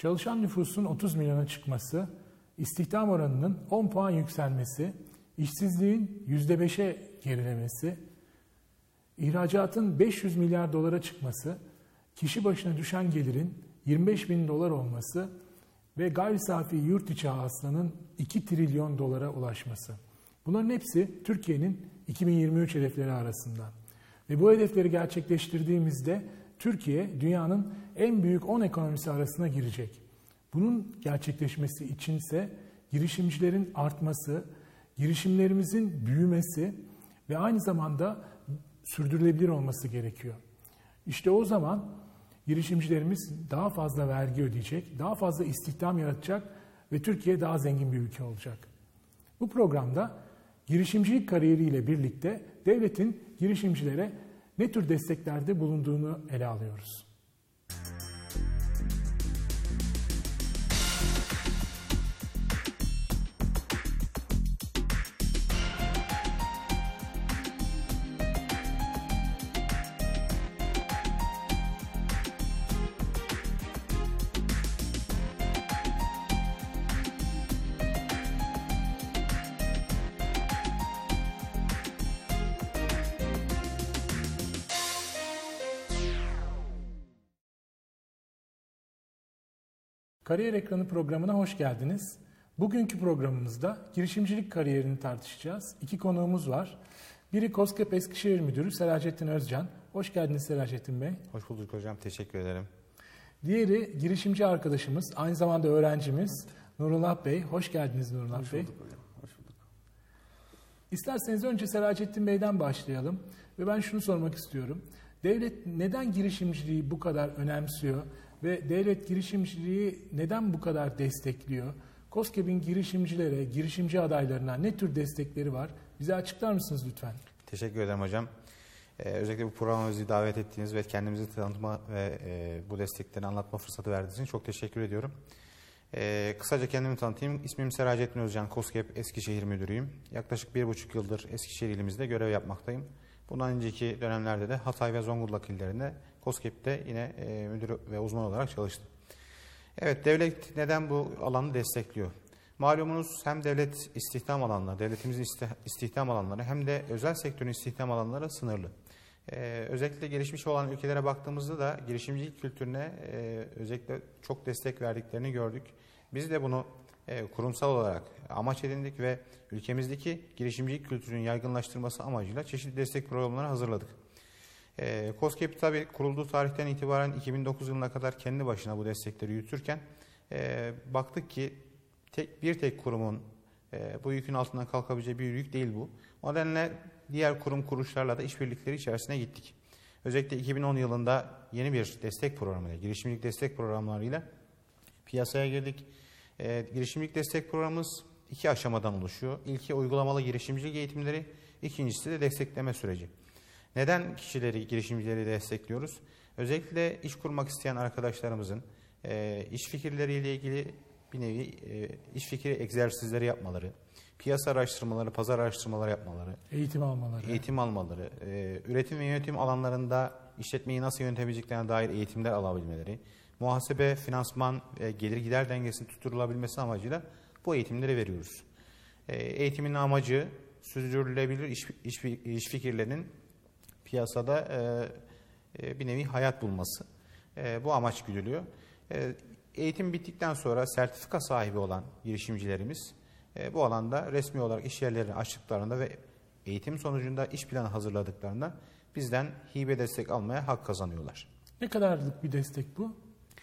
Çalışan nüfusun 30 milyona çıkması, istihdam oranının 10 puan yükselmesi, işsizliğin %5'e gerilemesi, ihracatın 500 milyar dolara çıkması, kişi başına düşen gelirin 25 bin dolar olması ve gayri safi yurt içi hasılanın 2 trilyon dolara ulaşması. Bunların hepsi Türkiye'nin 2023 hedefleri arasında. Ve bu hedefleri gerçekleştirdiğimizde Türkiye dünyanın en büyük 10 ekonomisi arasına girecek. Bunun gerçekleşmesi içinse girişimcilerin artması, girişimlerimizin büyümesi ve aynı zamanda sürdürülebilir olması gerekiyor. İşte o zaman girişimcilerimiz daha fazla vergi ödeyecek, daha fazla istihdam yaratacak ve Türkiye daha zengin bir ülke olacak. Bu programda girişimcilik kariyeriyle birlikte devletin girişimcilere ne tür desteklerde bulunduğunu ele alıyoruz. Kariyer Ekranı programına hoş geldiniz. Bugünkü programımızda girişimcilik kariyerini tartışacağız. İki konuğumuz var. Biri KOSGEB Eskişehir Müdürü Selahattin Özcan. Hoş geldiniz Selahattin Bey. Hoş bulduk hocam, teşekkür ederim. Diğeri girişimci arkadaşımız, aynı zamanda öğrencimiz Nurullah Bey. Hoş geldiniz Nurullah Bey. Hoş bulduk hocam, hoş bulduk. İsterseniz önce Selahattin Bey'den başlayalım. Ve ben şunu sormak istiyorum. Devlet neden girişimciliği bu kadar önemsiyor? Ve devlet girişimciliği neden bu kadar destekliyor? KOSGEB'in girişimcilere, girişimci adaylarına ne tür destekleri var? Bize açıklar mısınız lütfen? Teşekkür ederim hocam. Özellikle bu programa bizi davet ettiğiniz ve kendimizi tanıtma ve bu destekleri anlatma fırsatı verdiğiniz için çok teşekkür ediyorum. Kısaca kendimi tanıtayım. İsmim Selahattin Özcan, KOSGEB Eskişehir Müdürüyüm. Yaklaşık 1,5 yıldır Eskişehir ilimizde görev yapmaktayım. Bundan önceki dönemlerde de Hatay ve Zonguldak illerinde KOSGEB'de yine müdür ve uzman olarak çalıştım. Evet, devlet neden bu alanı destekliyor? Malumunuz hem devlet istihdam alanları, devletimizin istihdam alanları hem de özel sektörün istihdam alanları sınırlı. Özellikle gelişmiş olan ülkelere baktığımızda da girişimcilik kültürüne özellikle çok destek verdiklerini gördük. Biz de bunu kurumsal olarak amaç edindik ve ülkemizdeki girişimcilik kültürünün yaygınlaştırması amacıyla çeşitli destek programları hazırladık. KOSGEB tabii kurulduğu tarihten itibaren 2009 yılına kadar kendi başına bu destekleri yürütürken baktık ki bir tek kurumun bu yükün altından kalkabileceği bir yük değil bu. O nedenle diğer kurum kuruluşlarla da işbirlikleri içerisine gittik. Özellikle 2010 yılında yeni bir destek programıyla, girişimcilik destek programlarıyla piyasaya girdik. Girişimcilik destek programımız 2 aşamadan oluşuyor. İlki uygulamalı girişimcilik eğitimleri, ikincisi de destekleme süreci. Neden girişimcileri destekliyoruz? Özellikle iş kurmak isteyen arkadaşlarımızın iş fikirleriyle ilgili bir nevi iş fikri egzersizleri yapmaları, piyasa araştırmaları, pazar araştırmaları yapmaları, eğitim almaları, üretim ve yönetim alanlarında işletmeyi nasıl yönetebileceklerine dair eğitimler alabilmeleri, muhasebe, finansman ve gelir gider dengesinin tutturulabilmesi amacıyla bu eğitimleri veriyoruz. Eğitimin amacı sürdürülebilir iş fikirlerinin piyasada bir nevi hayat bulması. Bu amaç güdülüyor. Eğitim bittikten sonra sertifika sahibi olan girişimcilerimiz bu alanda resmi olarak iş yerlerini açtıklarında ve eğitim sonucunda iş planı hazırladıklarında bizden hibe destek almaya hak kazanıyorlar. Ne kadarlık bir destek bu?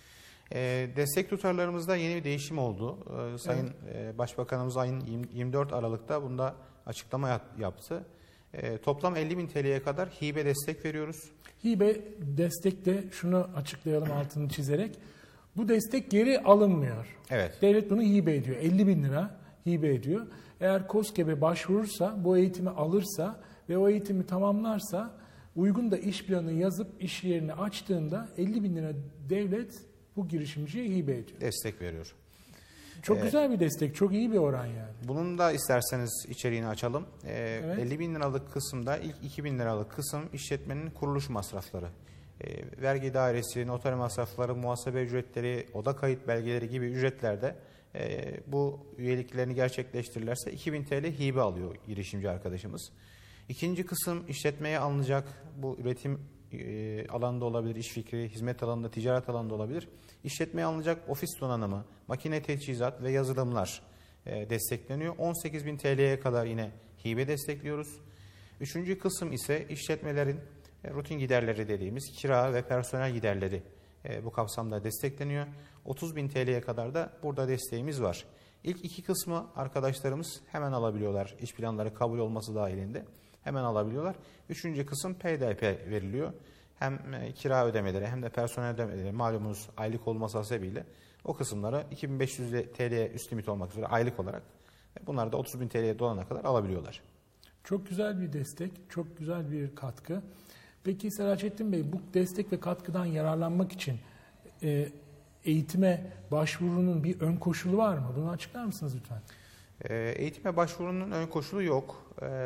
Destek tutarlarımızda yeni bir değişim oldu. Sayın Başbakanımız ayın 24 Aralık'ta bunda açıklama yaptı. Toplam 50.000 TL'ye kadar hibe destek veriyoruz. Hibe destekte şunu açıklayalım altını çizerek. Bu destek geri alınmıyor. Evet. Devlet bunu hibe ediyor. 50.000 lira hibe ediyor. Eğer KOSGEB'e başvurursa, bu eğitimi alırsa ve o eğitimi tamamlarsa uygun da iş planı yazıp iş yerini açtığında 50.000 lira devlet bu girişimciye hibe ediyor. Destek veriyor. Çok güzel bir destek, çok iyi bir oran yani. Bunun da isterseniz içeriğini açalım. Evet. 50.000 liralık kısımda ilk 2.000 liralık kısım işletmenin kuruluş masrafları. vergi dairesi, noter masrafları, muhasebe ücretleri, oda kayıt belgeleri gibi ücretlerde bu üyeliklerini gerçekleştirirlerse 2000 TL hibe alıyor girişimci arkadaşımız. İkinci kısım işletmeye alınacak, bu üretim alanında olabilir, iş fikri, hizmet alanında, ticaret alanında olabilir. İşletmeye alınacak ofis donanımı, makine teçhizat ve yazılımlar destekleniyor. 18.000 TL'ye kadar yine hibe destekliyoruz. Üçüncü kısım ise işletmelerin rutin giderleri dediğimiz kira ve personel giderleri bu kapsamda destekleniyor. 30.000 TL'ye kadar da burada desteğimiz var. İlk iki kısmı arkadaşlarımız hemen alabiliyorlar. İş planları kabul olması dahilinde hemen alabiliyorlar. Üçüncü kısım PDP veriliyor. Hem kira ödemeleri hem de personel ödemeleri malumunuz aylık olması hasebiyle o kısımları 2500 TL'ye üst limit olmak üzere aylık olarak bunlar da 30.000 TL'ye dolana kadar alabiliyorlar. Çok güzel bir destek, çok güzel bir katkı. Peki Selahattin Bey, bu destek ve katkıdan yararlanmak için eğitime başvurunun bir ön koşulu var mı? Bunu açıklar mısınız lütfen? Eğitime başvurunun ön koşulu yok.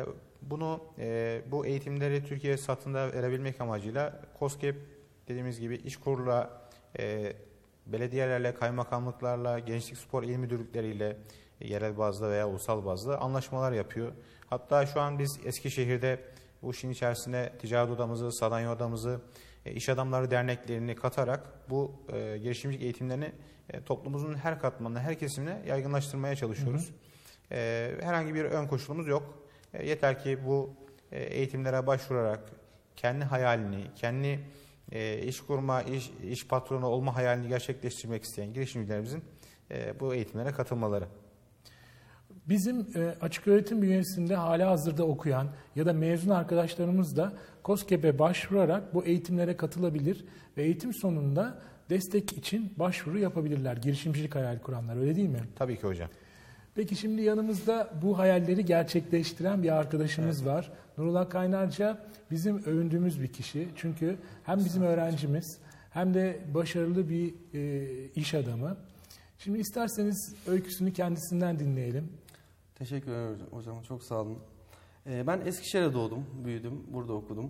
Bu eğitimleri Türkiye satında verebilmek amacıyla KOSGEB dediğimiz gibi İşkur'la, belediyelerle, kaymakamlıklarla, Gençlik Spor İl Müdürlükleriyle yerel bazda veya ulusal bazda anlaşmalar yapıyor. Hatta şu an biz Eskişehir'de bu işin içerisine ticaret odamızı, sanayi odamızı, iş adamları derneklerini katarak bu girişimcilik eğitimlerini toplumumuzun her katmanına, her kesimine yaygınlaştırmaya çalışıyoruz. Herhangi bir ön koşulumuz yok. Yeter ki bu eğitimlere başvurarak kendi hayalini, kendi iş kurma, iş patronu olma hayalini gerçekleştirmek isteyen girişimcilerimizin bu eğitimlere katılmaları. Bizim açık öğretim bünyesinde halihazırda okuyan ya da mezun arkadaşlarımız da KOSGEB'e başvurarak bu eğitimlere katılabilir ve eğitim sonunda destek için başvuru yapabilirler. Girişimcilik hayal kuranlar, öyle değil mi? Tabii ki hocam. Peki şimdi yanımızda bu hayalleri gerçekleştiren bir arkadaşımız var. Nurullah Kaynarca bizim övündüğümüz bir kişi. Çünkü hem bizim öğrencimiz hem de başarılı bir iş adamı. Şimdi isterseniz öyküsünü kendisinden dinleyelim. Teşekkür ederim hocam. Çok sağ olun. Ben Eskişehir'de doğdum, büyüdüm, burada okudum.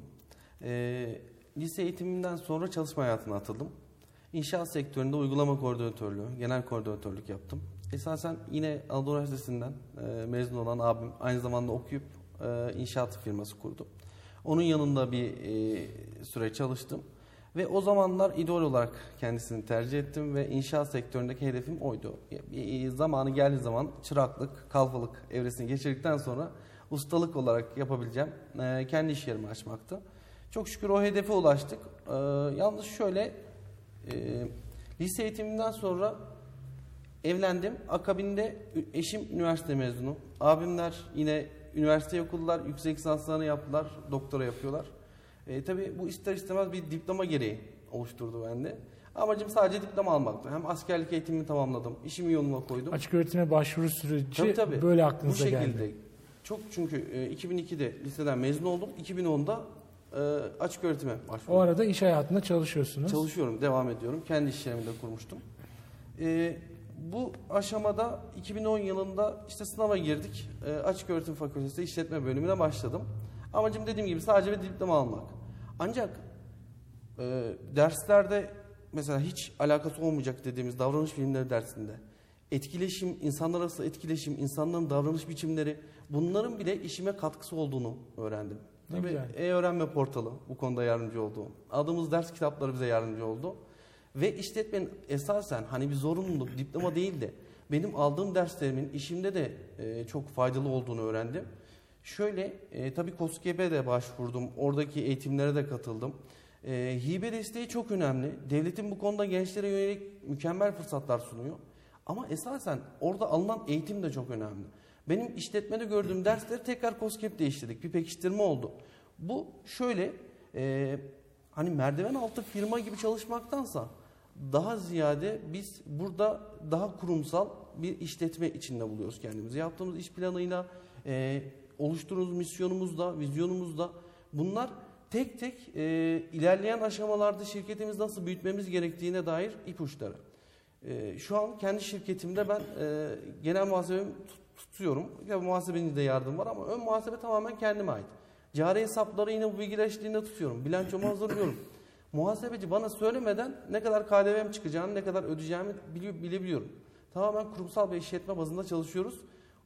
Lise eğitiminden sonra çalışma hayatına atıldım. İnşaat sektöründe uygulama koordinatörlüğü, genel koordinatörlük yaptım. Esasen yine Anadolu Üniversitesi'nden mezun olan abim aynı zamanda okuyup inşaat firması kurdu. Onun yanında bir süre çalıştım. Ve o zamanlar idol olarak kendisini tercih ettim ve inşaat sektöründeki hedefim oydu. Zamanı geldiği zaman çıraklık, kalfalık evresini geçirdikten sonra ustalık olarak yapabileceğim kendi iş yerimi açmaktı. Çok şükür o hedefe ulaştık. Yalnız şöyle, lise eğitiminden sonra evlendim. Akabinde eşim üniversite mezunu. Abimler yine üniversite okudular, yüksek lisanslarını yaptılar, doktora yapıyorlar. Tabii bu ister istemez bir diploma gereği oluşturdu bende. Amacım sadece diploma almaktı. Hem askerlik eğitimimi tamamladım, işimi yoluma koydum. Açık öğretime başvuru süreci tabii, böyle aklınıza geldi. Bu şekilde. Çok çünkü 2002'de liseden mezun oldum. 2010'da açık öğretime başvurdum. O arada iş hayatında çalışıyorsunuz. Çalışıyorum, devam ediyorum. Kendi iş yerimi de kurmuştum. Bu aşamada 2010 yılında işte sınava girdik. Açık Öğretim Fakültesi İşletme Bölümüne başladım. Amacım dediğim gibi sadece bir diploma almak. Ancak derslerde mesela hiç alakası olmayacak dediğimiz davranış bilimleri dersinde etkileşim, insanlar arası etkileşim, insanların davranış biçimleri, bunların bile işime katkısı olduğunu öğrendim. Tabii e-öğrenme portalı bu konuda yardımcı oldu. Aldığımız ders kitapları bize yardımcı oldu. Ve işletmenin esasen hani bir zorunluluk, diploma değil de benim aldığım derslerimin işimde de çok faydalı olduğunu öğrendim. Şöyle, tabii KOSGEB'e de başvurdum, oradaki eğitimlere de katıldım. Hibe desteği çok önemli. Devletin bu konuda gençlere yönelik mükemmel fırsatlar sunuyor. Ama esasen orada alınan eğitim de çok önemli. Benim işletmede gördüğüm dersleri tekrar KOSGEB'de işledik, bir pekiştirme oldu. Bu şöyle, hani merdiven altı firma gibi çalışmaktansa daha ziyade biz burada daha kurumsal bir işletme içinde buluyoruz kendimizi. Yaptığımız iş planıyla, oluşturduğumuz misyonumuzda, vizyonumuzda bunlar tek tek ilerleyen aşamalarda şirketimizi nasıl büyütmemiz gerektiğine dair ipuçları. Şu an kendi şirketimde ben genel muhasebemi tutuyorum. Muhasebenin de yardım var ama ön muhasebe tamamen kendime ait. Cari hesapları yine bu bilgiler eşliğinde tutuyorum. Bilançomu hazırlıyorum. Muhasebeci bana söylemeden ne kadar KDV'm çıkacağını, ne kadar ödeyeceğimi bilebiliyorum. Tamamen kurumsal bir işletme bazında çalışıyoruz.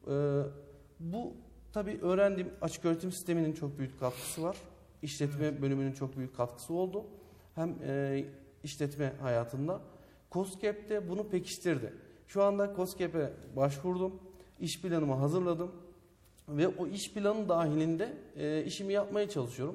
Bu tabii öğrendiğim açık öğretim sisteminin çok büyük katkısı var. İşletme bölümünün çok büyük katkısı oldu. Hem işletme hayatında. KOSGEB de bunu pekiştirdi. Şu anda KOSGEB'e başvurdum. İş planımı hazırladım. Ve o iş planı dahilinde işimi yapmaya çalışıyorum.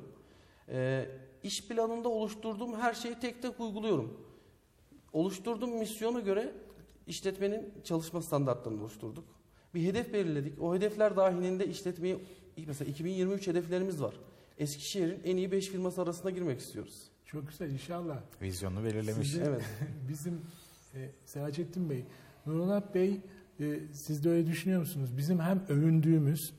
İş planında oluşturduğum her şeyi tek tek uyguluyorum. Oluşturduğum misyona göre işletmenin çalışma standartlarını oluşturduk. Bir hedef belirledik. O hedefler dahilinde işletmeyi, mesela 2023 hedeflerimiz var. Eskişehir'in en iyi 5 firması arasına girmek istiyoruz. Çok güzel, inşallah. Vizyonunu belirlemiş. Evet. Bizim Selacettin Bey, Nurullah Bey, siz de öyle düşünüyor musunuz? Bizim hem övündüğümüz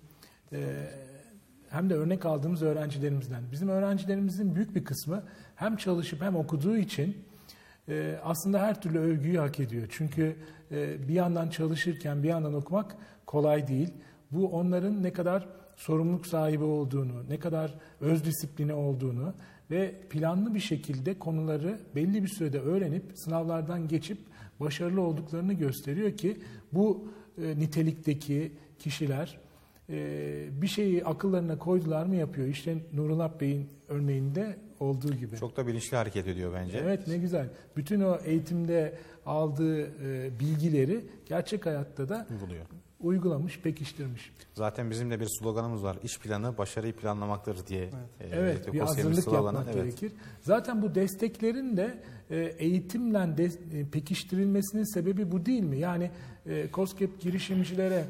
hem de örnek aldığımız öğrencilerimizden. Bizim öğrencilerimizin büyük bir kısmı hem çalışıp hem okuduğu için aslında her türlü övgüyü hak ediyor. Çünkü bir yandan çalışırken bir yandan okumak kolay değil. Bu onların ne kadar sorumluluk sahibi olduğunu, ne kadar öz disipline olduğunu ve planlı bir şekilde konuları belli bir sürede öğrenip sınavlardan geçip başarılı olduklarını gösteriyor ki bu nitelikteki kişiler bir şeyi akıllarına koydular mı yapıyor. İşte Nurullah Bey'in örneğinde olduğu gibi. Çok da bilinçli hareket ediyor bence. Evet, ne güzel. Bütün o eğitimde aldığı bilgileri gerçek hayatta da uygulamış, pekiştirmiş. Zaten bizim de bir sloganımız var. İş planı başarıyı planlamaktır diye. Evet, bir hazırlık yapmak gerekir. Zaten bu desteklerin de eğitimle pekiştirilmesinin sebebi bu değil mi? Yani KOSGEB girişimcilere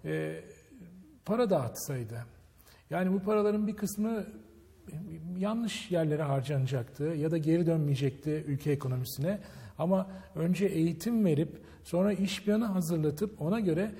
para dağıtsaydı, yani bu paraların bir kısmı yanlış yerlere harcanacaktı ya da geri dönmeyecekti ülke ekonomisine. Ama önce eğitim verip sonra iş planı hazırlatıp ona göre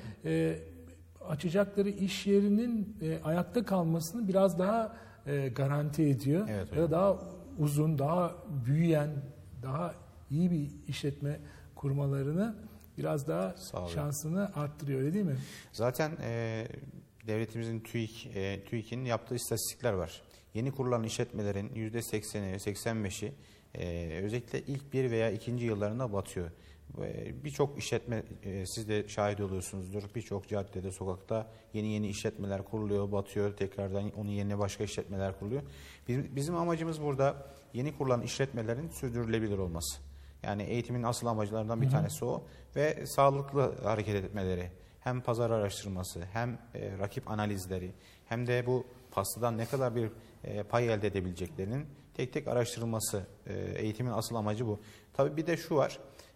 açacakları iş yerinin ayakta kalmasını biraz daha garanti ediyor. Evet, ya da daha uzun, daha büyüyen, daha iyi bir işletme kurmalarını biraz daha şansını arttırıyor, öyle değil mi? Zaten devletimizin TÜİK'in yaptığı istatistikler var. Yeni kurulan işletmelerin %80'i, 85'i özellikle ilk 1 veya 2. yıllarında batıyor. Birçok işletme, siz de şahit oluyorsunuzdur, birçok caddede, sokakta yeni işletmeler kuruluyor, batıyor, tekrardan onun yerine başka işletmeler kuruluyor. Bizim amacımız burada yeni kurulan işletmelerin sürdürülebilir olması. Yani eğitimin asıl amacılarından bir tanesi o ve sağlıklı hareket etmeleri. Hem pazar araştırması, hem rakip analizleri, hem de bu pastadan ne kadar bir pay elde edebileceklerinin tek tek araştırılması, eğitimin asıl amacı bu. Tabii bir de şu var,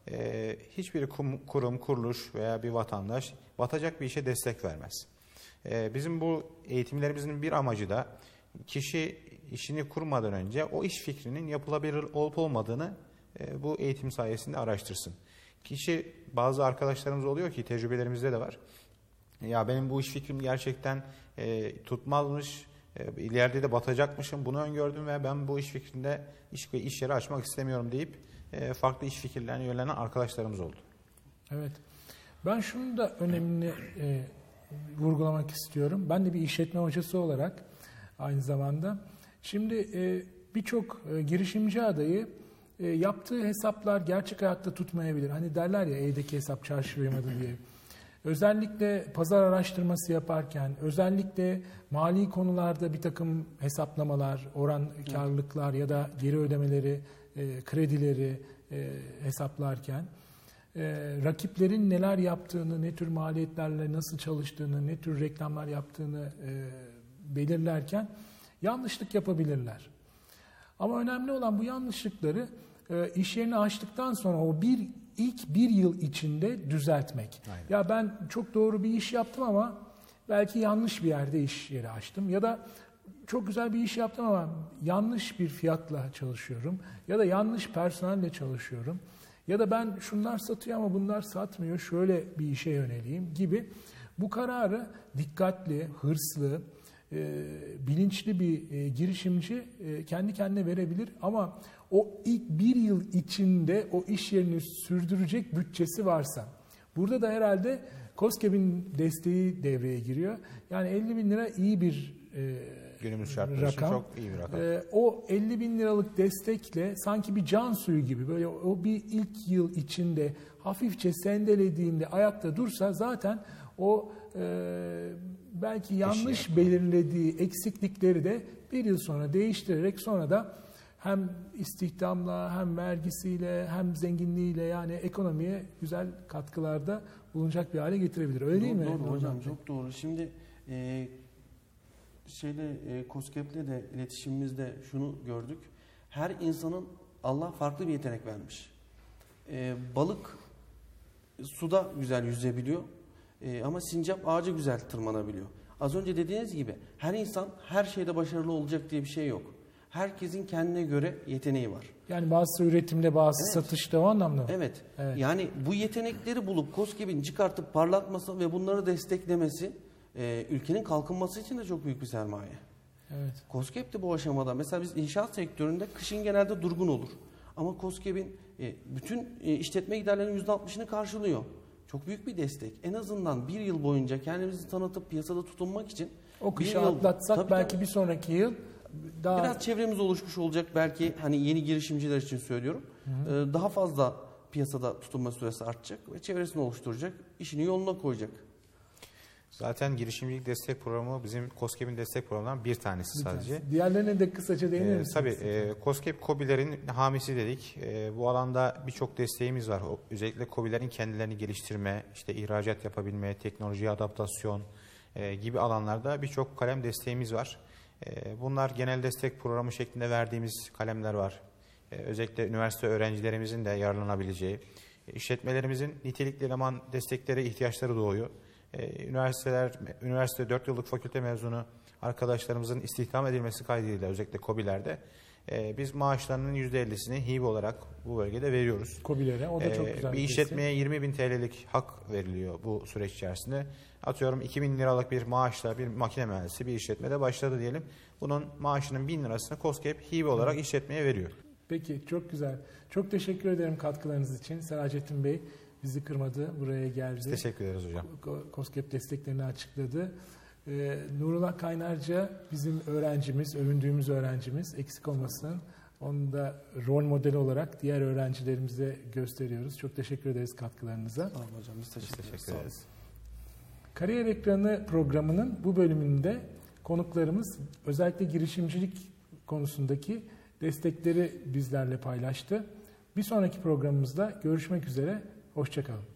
hiçbir kurum, kuruluş veya bir vatandaş batacak bir işe destek vermez. Bizim bu eğitimlerimizin bir amacı da kişi işini kurmadan önce o iş fikrinin yapılabilir olup olmadığını bu eğitim sayesinde araştırsın. Kişi, bazı arkadaşlarımız oluyor ki tecrübelerimizde de var. Ya benim bu iş fikrim gerçekten tutmazmış, ileride de batacakmışım, bunu öngördüm ve ben bu iş fikrinde iş yeri açmak istemiyorum deyip farklı iş fikirlerine yönelen arkadaşlarımız oldu. Evet. Ben şunu da önemli vurgulamak istiyorum. Ben de bir işletme hocası olarak aynı zamanda. Şimdi birçok girişimci adayı yaptığı hesaplar gerçek hayatta tutmayabilir. Hani derler ya, evdeki hesap çarşıya uymadı diye. Özellikle pazar araştırması yaparken, özellikle mali konularda bir takım hesaplamalar, oran karlılıklar ya da geri ödemeleri, kredileri hesaplarken, rakiplerin neler yaptığını, ne tür maliyetlerle nasıl çalıştığını, ne tür reklamlar yaptığını belirlerken yanlışlık yapabilirler. Ama önemli olan bu yanlışlıkları iş yerini açtıktan sonra o ilk bir yıl içinde düzeltmek. Aynen. Ya ben çok doğru bir iş yaptım ama belki yanlış bir yerde iş yeri açtım. Ya da çok güzel bir iş yaptım ama yanlış bir fiyatla çalışıyorum. Ya da yanlış personelle çalışıyorum. Ya da ben şunlar satıyor ama bunlar satmıyor, şöyle bir işe yöneleyim gibi. Bu kararı dikkatli, hırslı, bilinçli bir girişimci kendi kendine verebilir. Ama o ilk bir yıl içinde o iş yerini sürdürecek bütçesi varsa, burada da herhalde KOSGEB'in desteği devreye giriyor. Yani 50.000 lira iyi bir Günümüz şartları için çok iyi bir rakam. O 50 bin liralık destekle sanki bir can suyu gibi böyle o bir ilk yıl içinde hafifçe sendelediğinde ayakta dursa zaten o belki yanlış belirlediği eksiklikleri de bir yıl sonra değiştirerek sonra da hem istihdamla hem vergisiyle hem zenginliğiyle yani ekonomiye güzel katkılarda bulunacak bir hale getirebilir. Öyle değil mi? Doğru hocam, çok doğru. Şimdi KOSGEB'le de iletişimimizde şunu gördük. Her insanın Allah farklı bir yetenek vermiş. Balık suda güzel yüzebiliyor ama sincap ağaca güzel tırmanabiliyor. Az önce dediğiniz gibi her insan her şeyde başarılı olacak diye bir şey yok. Herkesin kendine göre yeteneği var. Yani bazısı üretimde, bazısı satışta, o anlamda mı? Evet. Yani bu yetenekleri bulup KOSGEB'in çıkartıp parlatması ve bunları desteklemesi ülkenin kalkınması için de çok büyük bir sermaye. Evet. KOSGEB de bu aşamada. Mesela biz inşaat sektöründe kışın genelde durgun olur. Ama KOSGEB'in bütün işletme giderlerinin %60'ını karşılıyor. Çok büyük bir destek. En azından bir yıl boyunca kendimizi tanıtıp piyasada tutunmak için o kışı atlatsak belki bir sonraki yıl daha... Biraz çevremiz oluşmuş olacak belki, hani yeni girişimciler için söylüyorum. Daha fazla piyasada tutunma süresi artacak ve çevresini oluşturacak, işini yoluna koyacak. Zaten girişimcilik destek programı bizim KOSGEB'in destek programından bir tanesi sadece. Diğerlerine de kısaca değinir misiniz? Tabii. KOSGEB KOBİ'lerin hamisi dedik. Bu alanda birçok desteğimiz var. Özellikle KOBİ'lerin kendilerini geliştirme, işte ihracat yapabilme, teknolojiye adaptasyon gibi alanlarda birçok kalem desteğimiz var. Bunlar genel destek programı şeklinde verdiğimiz kalemler var. Özellikle üniversite öğrencilerimizin de yararlanabileceği, işletmelerimizin nitelikli eleman destekleri ihtiyaçları doğuyor. Üniversite 4 yıllık fakülte mezunu arkadaşlarımızın istihdam edilmesi kaydıyla özellikle KOBİ'lerde biz maaşlarının %50'sini hibe olarak bu bölgede veriyoruz. KOBİ'lere, o da çok güzel bir işletmeye 20.000 TL'lik hak veriliyor bu süreç içerisinde. Atıyorum 2.000 liralık bir maaşla bir makine mühendisi bir işletmede başladı diyelim. Bunun maaşının 1.000 lirasını KOSGEB hibe olarak işletmeye veriyor. Peki, çok güzel. Çok teşekkür ederim katkılarınız için. Seracettin Bey bizi kırmadı, buraya geldi. Biz teşekkür ederiz hocam. KOSGEB desteklerini açıkladı. Nurullah Kaynarca bizim öğrencimiz, övündüğümüz öğrencimiz, eksik olmasın. Onu da rol modeli olarak diğer öğrencilerimize gösteriyoruz. Çok teşekkür ederiz katkılarınıza. Tamam hocam, biz teşekkür ederiz. Kariyer Ekranı programının bu bölümünde konuklarımız özellikle girişimcilik konusundaki destekleri bizlerle paylaştı. Bir sonraki programımızda görüşmek üzere, hoşça kalın.